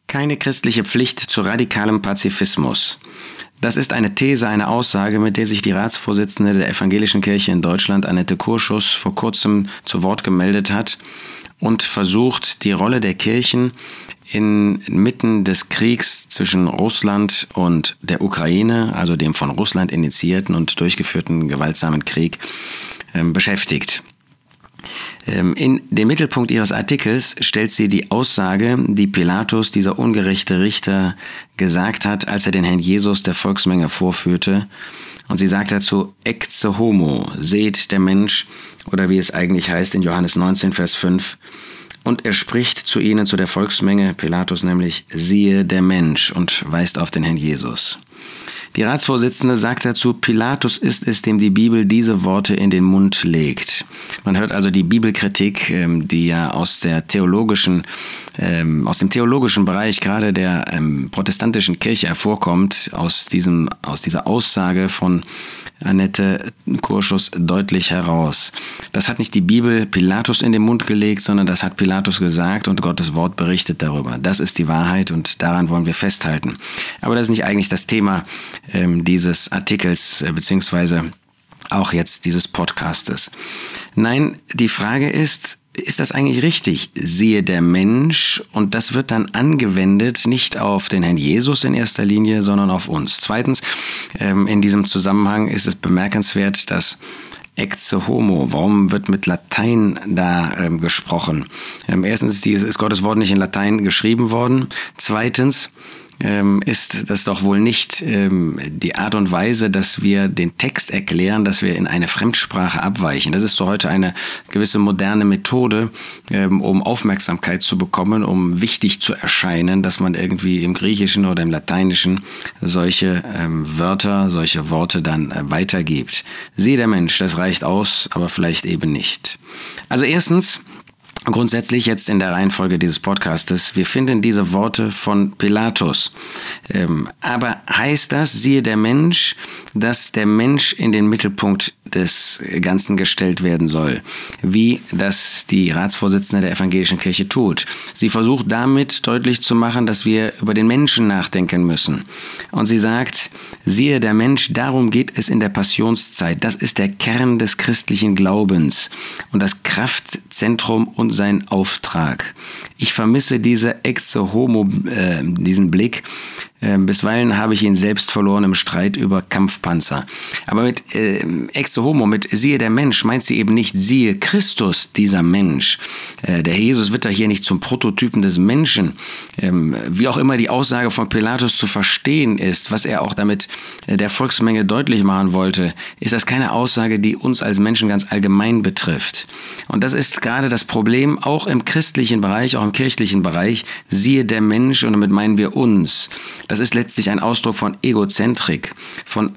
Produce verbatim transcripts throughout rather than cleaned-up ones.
Keine christliche Pflicht zu radikalem Pazifismus. Das ist eine These, eine Aussage, mit der sich die Ratsvorsitzende der Evangelischen Kirche in Deutschland, Annette Kurschus, vor kurzem zu Wort gemeldet hat und versucht, die Rolle der Kirchen inmitten des Kriegs zwischen Russland und der Ukraine, also dem von Russland initiierten und durchgeführten gewaltsamen Krieg, äh, beschäftigt. In den Mittelpunkt ihres Artikels stellt sie die Aussage, die Pilatus, dieser ungerechte Richter, gesagt hat, als er den Herrn Jesus der Volksmenge vorführte. Und sie sagt dazu, ecce homo, seht der Mensch, oder wie es eigentlich heißt in Johannes neunzehn, Vers fünf. Und er spricht zu ihnen, zu der Volksmenge, Pilatus nämlich, siehe der Mensch, und weist auf den Herrn Jesus. Die Ratsvorsitzende sagt dazu, Pilatus ist es, dem die Bibel diese Worte in den Mund legt. Man hört also die Bibelkritik, die ja aus der theologischen, aus dem theologischen Bereich gerade der protestantischen Kirche hervorkommt, aus diesem, aus dieser Aussage von Annette Kurschus deutlich heraus. Das hat nicht die Bibel Pilatus in den Mund gelegt, sondern das hat Pilatus gesagt und Gottes Wort berichtet darüber. Das ist die Wahrheit und daran wollen wir festhalten. Aber das ist nicht eigentlich das Thema ähm, dieses Artikels äh, beziehungsweise auch jetzt dieses Podcastes. Nein, die Frage ist, ist das eigentlich richtig? Siehe der Mensch, und das wird dann angewendet nicht auf den Herrn Jesus in erster Linie, sondern auf uns. Zweitens, ähm, in diesem Zusammenhang ist es bemerkenswert, dass ecce homo, warum wird mit Latein da ähm, gesprochen? Ähm, erstens ist, die, ist Gottes Wort nicht in Latein geschrieben worden. Zweitens ähm, ist das doch wohl nicht ähm, die Art und Weise, dass wir den Text erklären, dass wir in eine Fremdsprache abweichen. Das ist so heute eine gewisse moderne Methode, ähm, um Aufmerksamkeit zu bekommen, um wichtig zu erscheinen, dass man irgendwie im Griechischen oder im Lateinischen solche ähm, Wörter, solche Worte dann äh, weitergibt. Siehe der Mensch, das reicht aus, aber vielleicht eben nicht. Also erstens, grundsätzlich jetzt in der Reihenfolge dieses Podcastes, wir finden diese Worte von Pilatus. Ähm, aber heißt das, siehe der Mensch, dass der Mensch in den Mittelpunkt des Ganzen gestellt werden soll, wie das die Ratsvorsitzende der Evangelischen Kirche tut? Sie versucht damit deutlich zu machen, dass wir über den Menschen nachdenken müssen. Und sie sagt, siehe der Mensch, darum geht es in der Passionszeit. Das ist der Kern des christlichen Glaubens und das Kraftzentrum und sein Auftrag. Ich vermisse diese ecce homo, äh, diesen Blick. Äh, bisweilen habe ich ihn selbst verloren im Streit über Kampfpanzer. Aber mit äh, ecce homo, mit siehe der Mensch, meint sie eben nicht siehe Christus, dieser Mensch. Äh, der Jesus wird da hier nicht zum Prototypen des Menschen. Ähm, wie auch immer die Aussage von Pilatus zu verstehen ist, was er auch damit äh, der Volksmenge deutlich machen wollte, ist das keine Aussage, die uns als Menschen ganz allgemein betrifft. Und das ist gerade das Problem, auch im christlichen Bereich, auch im kirchlichen Bereich, siehe der Mensch, und damit meinen wir uns. Das ist letztlich ein Ausdruck von Egozentrik, von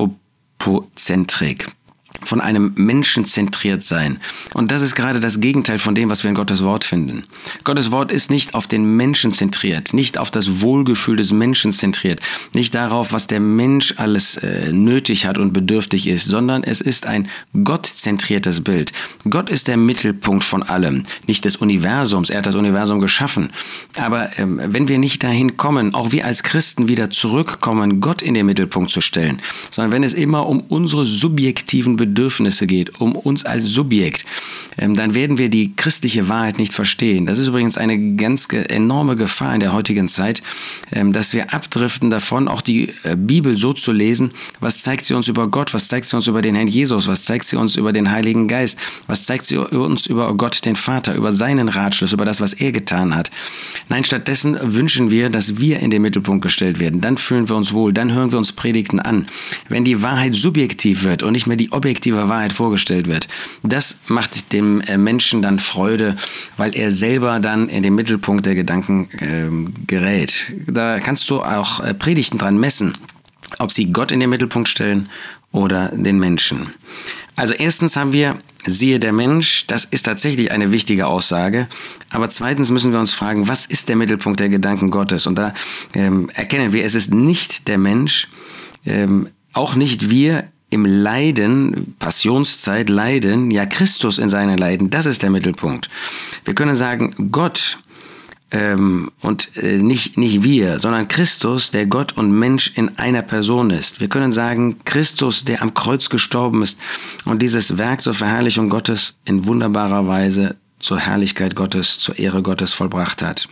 Anthropozentrik, von einem menschenzentriert sein. Und das ist gerade das Gegenteil von dem, was wir in Gottes Wort finden. Gottes Wort ist nicht auf den Menschen zentriert, nicht auf das Wohlgefühl des Menschen zentriert, nicht darauf, was der Mensch alles äh, nötig hat und bedürftig ist, sondern es ist ein gottzentriertes Bild. Gott ist der Mittelpunkt von allem, nicht des Universums. Er hat das Universum geschaffen. Aber ähm, wenn wir nicht dahin kommen, auch wir als Christen wieder zurückkommen, Gott in den Mittelpunkt zu stellen, sondern wenn es immer um unsere subjektiven Bedürfnisse Bedürfnisse geht, um uns als Subjekt, ähm, dann werden wir die christliche Wahrheit nicht verstehen. Das ist übrigens eine ganz ge- enorme Gefahr in der heutigen Zeit, ähm, dass wir abdriften davon, auch die äh, Bibel so zu lesen, was zeigt sie uns über Gott, was zeigt sie uns über den Herrn Jesus, was zeigt sie uns über den Heiligen Geist, was zeigt sie uns über Gott, den Vater, über seinen Ratschluss, über das, was er getan hat. Nein, stattdessen wünschen wir, dass wir in den Mittelpunkt gestellt werden. Dann fühlen wir uns wohl, dann hören wir uns Predigten an. Wenn die Wahrheit subjektiv wird und nicht mehr die objektive Wahrheit vorgestellt wird. Das macht dem Menschen dann Freude, weil er selber dann in den Mittelpunkt der Gedanken äh, gerät. Da kannst du auch äh, Predigten dran messen, ob sie Gott in den Mittelpunkt stellen oder den Menschen. Also erstens haben wir, siehe der Mensch, das ist tatsächlich eine wichtige Aussage, aber zweitens müssen wir uns fragen, was ist der Mittelpunkt der Gedanken Gottes? Und da ähm, erkennen wir, es ist nicht der Mensch, ähm, auch nicht wir im Leiden, Passionszeit, Leiden, ja Christus in seinen Leiden, das ist der Mittelpunkt. Wir können sagen, Gott ähm, und äh, nicht, nicht wir, sondern Christus, der Gott und Mensch in einer Person ist. Wir können sagen, Christus, der am Kreuz gestorben ist und dieses Werk zur Verherrlichung Gottes in wunderbarer Weise zur Herrlichkeit Gottes, zur Ehre Gottes vollbracht hat.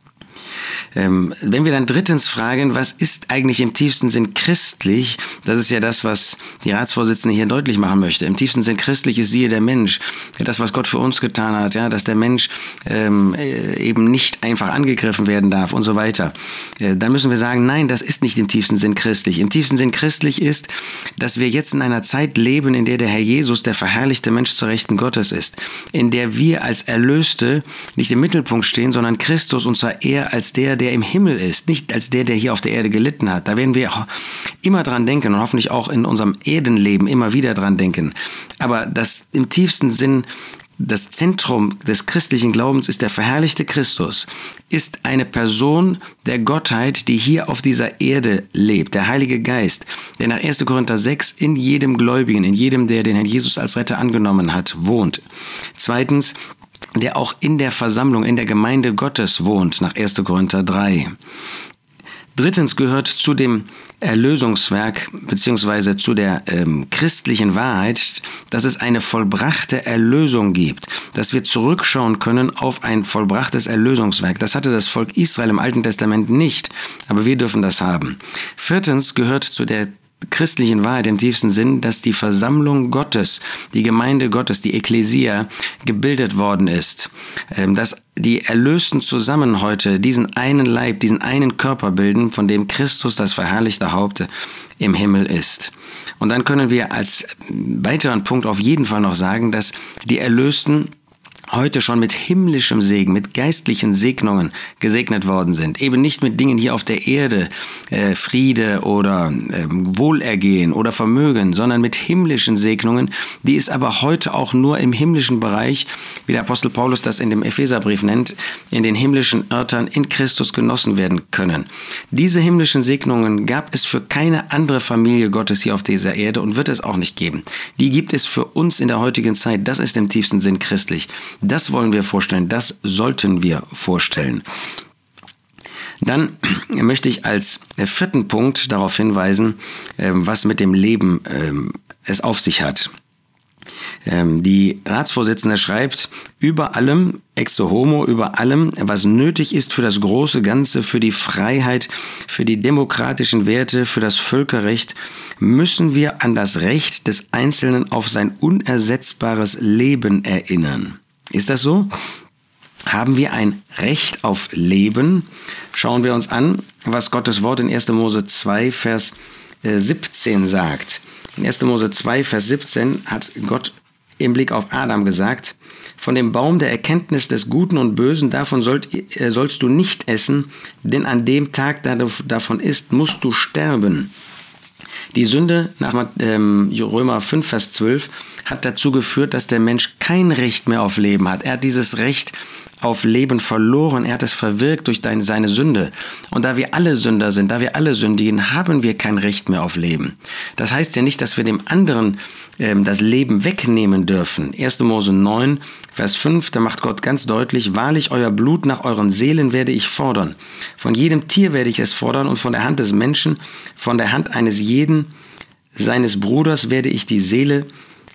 Ähm, wenn wir dann drittens fragen, was ist eigentlich im tiefsten Sinn christlich, das ist ja das, was die Ratsvorsitzende hier deutlich machen möchte. Im tiefsten Sinn christlich ist siehe der Mensch, das, was Gott für uns getan hat, ja, dass der Mensch ähm, eben nicht einfach angegriffen werden darf und so weiter. Äh, dann müssen wir sagen, nein, das ist nicht im tiefsten Sinn christlich. Im tiefsten Sinn christlich ist, dass wir jetzt in einer Zeit leben, in der der Herr Jesus, der verherrlichte Mensch zur Rechten Gottes ist, in der wir als Erlöste nicht im Mittelpunkt stehen, sondern Christus, und zwar er als der, der im Himmel ist, nicht als der, der hier auf der Erde gelitten hat. Da werden wir auch immer dran denken und hoffentlich auch in unserem Erdenleben immer wieder dran denken. Aber das im tiefsten Sinn, das Zentrum des christlichen Glaubens ist der verherrlichte Christus, ist eine Person der Gottheit, die hier auf dieser Erde lebt, der Heilige Geist, der nach erster Korinther sechs in jedem Gläubigen, in jedem, der den Herrn Jesus als Retter angenommen hat, wohnt. Zweitens, der auch in der Versammlung, in der Gemeinde Gottes wohnt, nach erster Korinther drei. Drittens gehört zu dem Erlösungswerk beziehungsweise zu der ähm, christlichen Wahrheit, dass es eine vollbrachte Erlösung gibt, dass wir zurückschauen können auf ein vollbrachtes Erlösungswerk. Das hatte das Volk Israel im Alten Testament nicht, aber wir dürfen das haben. Viertens gehört zu der christlichen Wahrheit im tiefsten Sinn, dass die Versammlung Gottes, die Gemeinde Gottes, die Ekklesia, gebildet worden ist. Dass die Erlösten zusammen heute diesen einen Leib, diesen einen Körper bilden, von dem Christus das verherrlichte Haupt im Himmel ist. Und dann können wir als weiteren Punkt auf jeden Fall noch sagen, dass die Erlösten heute schon mit himmlischem Segen, mit geistlichen Segnungen gesegnet worden sind. Eben nicht mit Dingen hier auf der Erde, äh, Friede oder äh, Wohlergehen oder Vermögen, sondern mit himmlischen Segnungen, die es aber heute auch nur im himmlischen Bereich, wie der Apostel Paulus das in dem Epheserbrief nennt, in den himmlischen Örtern in Christus genossen werden können. Diese himmlischen Segnungen gab es für keine andere Familie Gottes hier auf dieser Erde und wird es auch nicht geben. Die gibt es für uns in der heutigen Zeit. Das ist im tiefsten Sinn christlich. Das wollen wir vorstellen, das sollten wir vorstellen. Dann möchte ich als vierten Punkt darauf hinweisen, was mit dem Leben es auf sich hat. Die Ratsvorsitzende schreibt, über allem, exe homo, über allem, was nötig ist für das große Ganze, für die Freiheit, für die demokratischen Werte, für das Völkerrecht, müssen wir an das Recht des Einzelnen auf sein unersetzbares Leben erinnern. Ist das so? Haben wir ein Recht auf Leben? Schauen wir uns an, was Gottes Wort in erster Mose zwei, Vers siebzehn sagt. In erster Mose zwei, Vers siebzehn hat Gott im Blick auf Adam gesagt, von dem Baum der Erkenntnis des Guten und Bösen, davon sollt, äh, sollst du nicht essen, denn an dem Tag, da du davon isst, musst du sterben. Die Sünde nach ähm, Römer fünf, Vers zwölf hat dazu geführt, dass der Mensch kein Recht mehr auf Leben hat. Er hat dieses Recht auf Leben verloren, er hat es verwirkt durch deine, seine Sünde. Und da wir alle Sünder sind, da wir alle sündigen, haben wir kein Recht mehr auf Leben. Das heißt ja nicht, dass wir dem anderen ähm, das Leben wegnehmen dürfen. erster Mose neun, Vers fünf, da macht Gott ganz deutlich, wahrlich euer Blut nach euren Seelen werde ich fordern. Von jedem Tier werde ich es fordern und von der Hand des Menschen, von der Hand eines jeden seines Bruders werde ich die Seele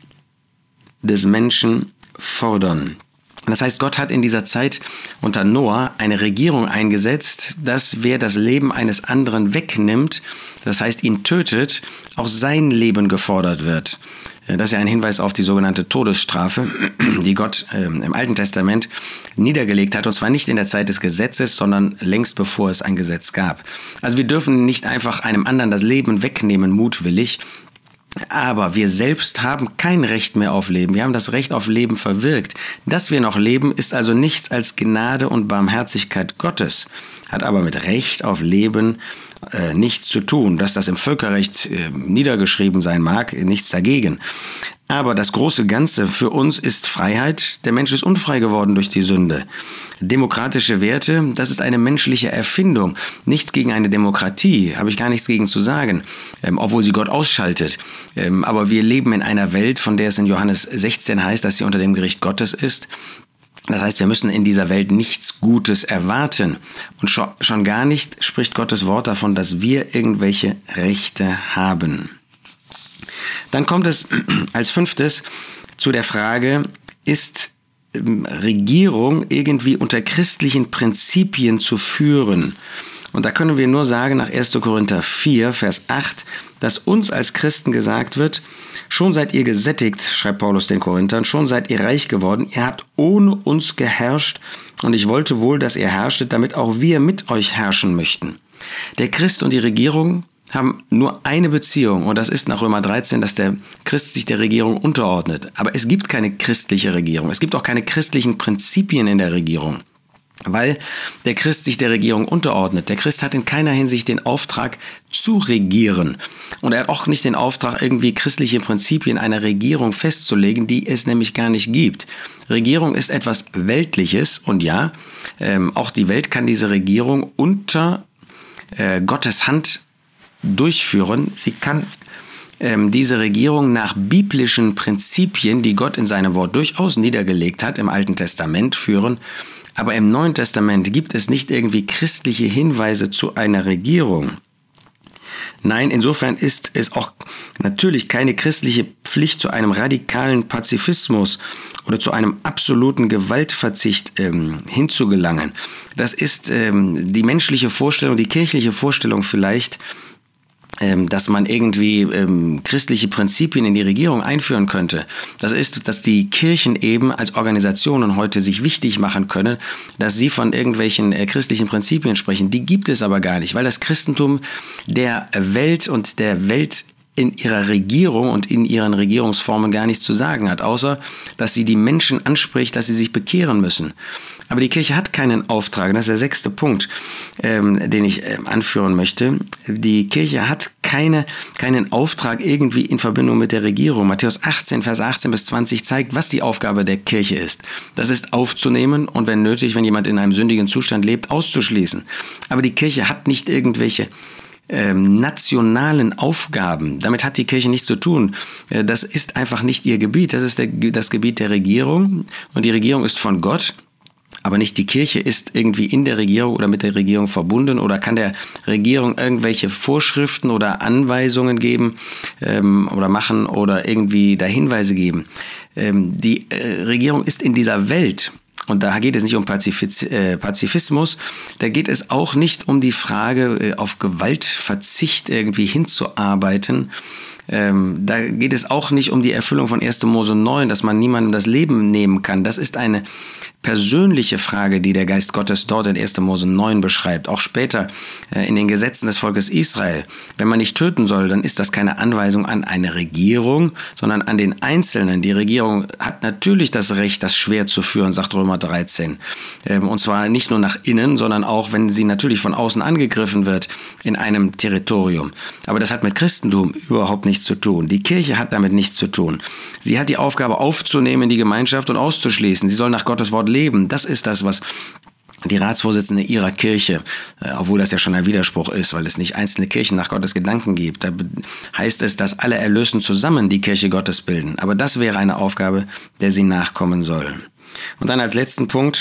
des Menschen fordern. Das heißt, Gott hat in dieser Zeit unter Noah eine Regierung eingesetzt, dass wer das Leben eines anderen wegnimmt, das heißt ihn tötet, auch sein Leben gefordert wird. Das ist ja ein Hinweis auf die sogenannte Todesstrafe, die Gott äh, im Alten Testament niedergelegt hat, und zwar nicht in der Zeit des Gesetzes, sondern längst bevor es ein Gesetz gab. Also wir dürfen nicht einfach einem anderen das Leben wegnehmen, mutwillig, aber wir selbst haben kein Recht mehr auf Leben. Wir haben das Recht auf Leben verwirkt. Dass wir noch leben, ist also nichts als Gnade und Barmherzigkeit Gottes, hat aber mit Recht auf Leben äh, nichts zu tun. Dass das im Völkerrecht äh, niedergeschrieben sein mag, nichts dagegen. Aber das große Ganze für uns ist Freiheit. Der Mensch ist unfrei geworden durch die Sünde. Demokratische Werte, das ist eine menschliche Erfindung. Nichts gegen eine Demokratie, habe ich gar nichts gegen zu sagen, ähm, obwohl sie Gott ausschaltet. Ähm, aber wir leben in einer Welt, von der es in Johannes sechzehn heißt, dass sie unter dem Gericht Gottes ist. Das heißt, wir müssen in dieser Welt nichts Gutes erwarten. Und schon gar nicht spricht Gottes Wort davon, dass wir irgendwelche Rechte haben. Dann kommt es als fünftes zu der Frage, ist Regierung irgendwie unter christlichen Prinzipien zu führen? Und da können wir nur sagen, nach erster Korinther vier, Vers acht, dass uns als Christen gesagt wird, schon seid ihr gesättigt, schreibt Paulus den Korinthern, schon seid ihr reich geworden, ihr habt ohne uns geherrscht und ich wollte wohl, dass ihr herrschtet, damit auch wir mit euch herrschen möchten. Der Christ und die Regierung haben nur eine Beziehung und das ist nach Römer dreizehn, dass der Christ sich der Regierung unterordnet. Aber es gibt keine christliche Regierung, es gibt auch keine christlichen Prinzipien in der Regierung, weil der Christ sich der Regierung unterordnet. Der Christ hat in keiner Hinsicht den Auftrag zu regieren und er hat auch nicht den Auftrag, irgendwie christliche Prinzipien einer Regierung festzulegen, die es nämlich gar nicht gibt. Regierung ist etwas Weltliches und ja, ähm, auch die Welt kann diese Regierung unter äh, Gottes Hand durchführen. Sie kann ähm, diese Regierung nach biblischen Prinzipien, die Gott in seinem Wort durchaus niedergelegt hat, im Alten Testament führen. Aber im Neuen Testament gibt es nicht irgendwie christliche Hinweise zu einer Regierung. Nein, insofern ist es auch natürlich keine christliche Pflicht zu einem radikalen Pazifismus oder zu einem absoluten Gewaltverzicht ähm, hinzugelangen. Das ist ähm, die menschliche Vorstellung, die kirchliche Vorstellung vielleicht, dass man irgendwie ähm, christliche Prinzipien in die Regierung einführen könnte. Das ist, dass die Kirchen eben als Organisationen heute sich wichtig machen können, dass sie von irgendwelchen äh, christlichen Prinzipien sprechen. Die gibt es aber gar nicht, weil das Christentum der Welt und der Welt in ihrer Regierung und in ihren Regierungsformen gar nichts zu sagen hat, außer dass sie die Menschen anspricht, dass sie sich bekehren müssen. Aber die Kirche hat keinen Auftrag. Das ist der sechste Punkt, ähm, den ich äh, anführen möchte. Die Kirche hat keine, keinen Auftrag irgendwie in Verbindung mit der Regierung. Matthäus achtzehn, Vers achtzehn bis zwanzig zeigt, was die Aufgabe der Kirche ist. Das ist aufzunehmen und wenn nötig, wenn jemand in einem sündigen Zustand lebt, auszuschließen. Aber die Kirche hat nicht irgendwelche Ähm, nationalen Aufgaben. Damit hat die Kirche nichts zu tun. Äh, das ist einfach nicht ihr Gebiet. Das ist der, das Gebiet der Regierung und die Regierung ist von Gott. Aber nicht die Kirche ist irgendwie in der Regierung oder mit der Regierung verbunden oder kann der Regierung irgendwelche Vorschriften oder Anweisungen geben ähm, oder machen oder irgendwie da Hinweise geben. Ähm, die äh, Regierung ist in dieser Welt. Und da geht es nicht um Pazifiz- äh, Pazifismus, da geht es auch nicht um die Frage, äh, auf Gewaltverzicht irgendwie hinzuarbeiten. Ähm, da geht es auch nicht um die Erfüllung von erster Mose neun, dass man niemandem das Leben nehmen kann. Das ist eine persönliche Frage, die der Geist Gottes dort in erster Mose neun beschreibt. Auch später äh, in den Gesetzen des Volkes Israel. Wenn man nicht töten soll, dann ist das keine Anweisung an eine Regierung, sondern an den Einzelnen. Die Regierung hat natürlich das Recht, das Schwert zu führen, sagt Römer dreizehn. Ähm, und zwar nicht nur nach innen, sondern auch, wenn sie natürlich von außen angegriffen wird in einem Territorium. Aber das hat mit Christentum überhaupt nichts zu tun. Die Kirche hat damit nichts zu tun. Sie hat die Aufgabe aufzunehmen in die Gemeinschaft und auszuschließen. Sie soll nach Gottes Wort leben. Das ist das, was die Ratsvorsitzende ihrer Kirche, äh, obwohl das ja schon ein Widerspruch ist, weil es nicht einzelne Kirchen nach Gottes Gedanken gibt, da heißt es, dass alle Erlösten zusammen die Kirche Gottes bilden. Aber das wäre eine Aufgabe, der sie nachkommen sollen. Und dann als letzten Punkt,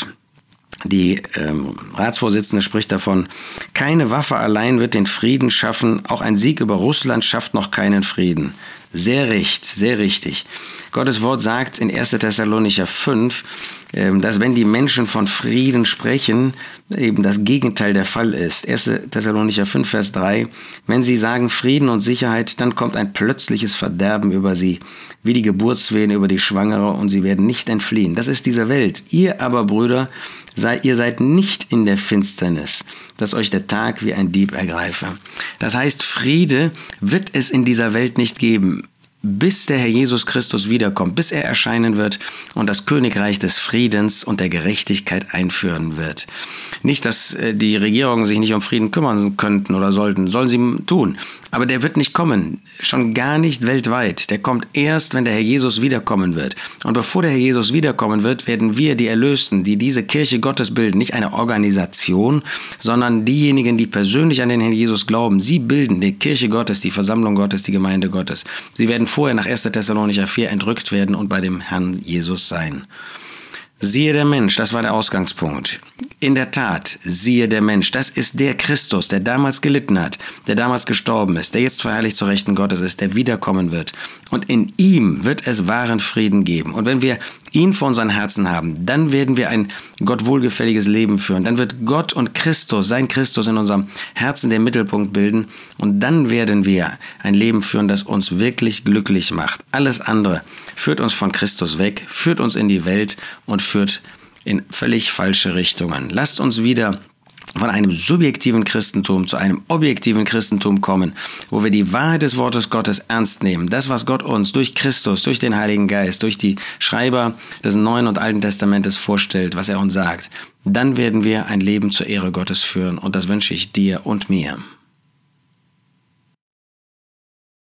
die ähm, Ratsvorsitzende spricht davon, keine Waffe allein wird den Frieden schaffen, auch ein Sieg über Russland schafft noch keinen Frieden. Sehr recht, sehr richtig. Gottes Wort sagt in erster Thessalonicher fünf, dass wenn die Menschen von Frieden sprechen, eben das Gegenteil der Fall ist. erster Thessalonicher fünf, Vers drei, wenn sie sagen Frieden und Sicherheit, dann kommt ein plötzliches Verderben über sie, wie die Geburtswehen über die Schwangere und sie werden nicht entfliehen. Das ist diese Welt. Ihr aber, Brüder, sei, ihr seid nicht in der Finsternis, dass euch der Tag wie ein Dieb ergreife. Das heißt, Friede wird es in dieser Welt nicht geben, bis der Herr Jesus Christus wiederkommt, bis er erscheinen wird und das Königreich des Friedens und der Gerechtigkeit einführen wird. Nicht, dass die Regierungen sich nicht um Frieden kümmern könnten oder sollten, sollen sie tun. Aber der wird nicht kommen, schon gar nicht weltweit. Der kommt erst, wenn der Herr Jesus wiederkommen wird. Und bevor der Herr Jesus wiederkommen wird, werden wir, die Erlösten, die diese Kirche Gottes bilden, nicht eine Organisation, sondern diejenigen, die persönlich an den Herrn Jesus glauben, sie bilden die Kirche Gottes, die Versammlung Gottes, die Gemeinde Gottes. Sie werden vorher nach erster Thessalonicher vier entrückt werden und bei dem Herrn Jesus sein. Siehe der Mensch, das war der Ausgangspunkt. In der Tat, siehe der Mensch, das ist der Christus, der damals gelitten hat, der damals gestorben ist, der jetzt verherrlicht zur Rechten Gottes ist, der wiederkommen wird. Und in ihm wird es wahren Frieden geben. Und wenn wir ihn vor unseren Herzen haben, dann werden wir ein Gott wohlgefälliges Leben führen. Dann wird Gott und Christus, sein Christus in unserem Herzen den Mittelpunkt bilden. Und dann werden wir ein Leben führen, das uns wirklich glücklich macht. Alles andere führt uns von Christus weg, führt uns in die Welt und führt in völlig falsche Richtungen. Lasst uns wieder von einem subjektiven Christentum zu einem objektiven Christentum kommen, wo wir die Wahrheit des Wortes Gottes ernst nehmen. Das, was Gott uns durch Christus, durch den Heiligen Geist, durch die Schreiber des Neuen und Alten Testamentes vorstellt, was er uns sagt. Dann werden wir ein Leben zur Ehre Gottes führen und das wünsche ich dir und mir.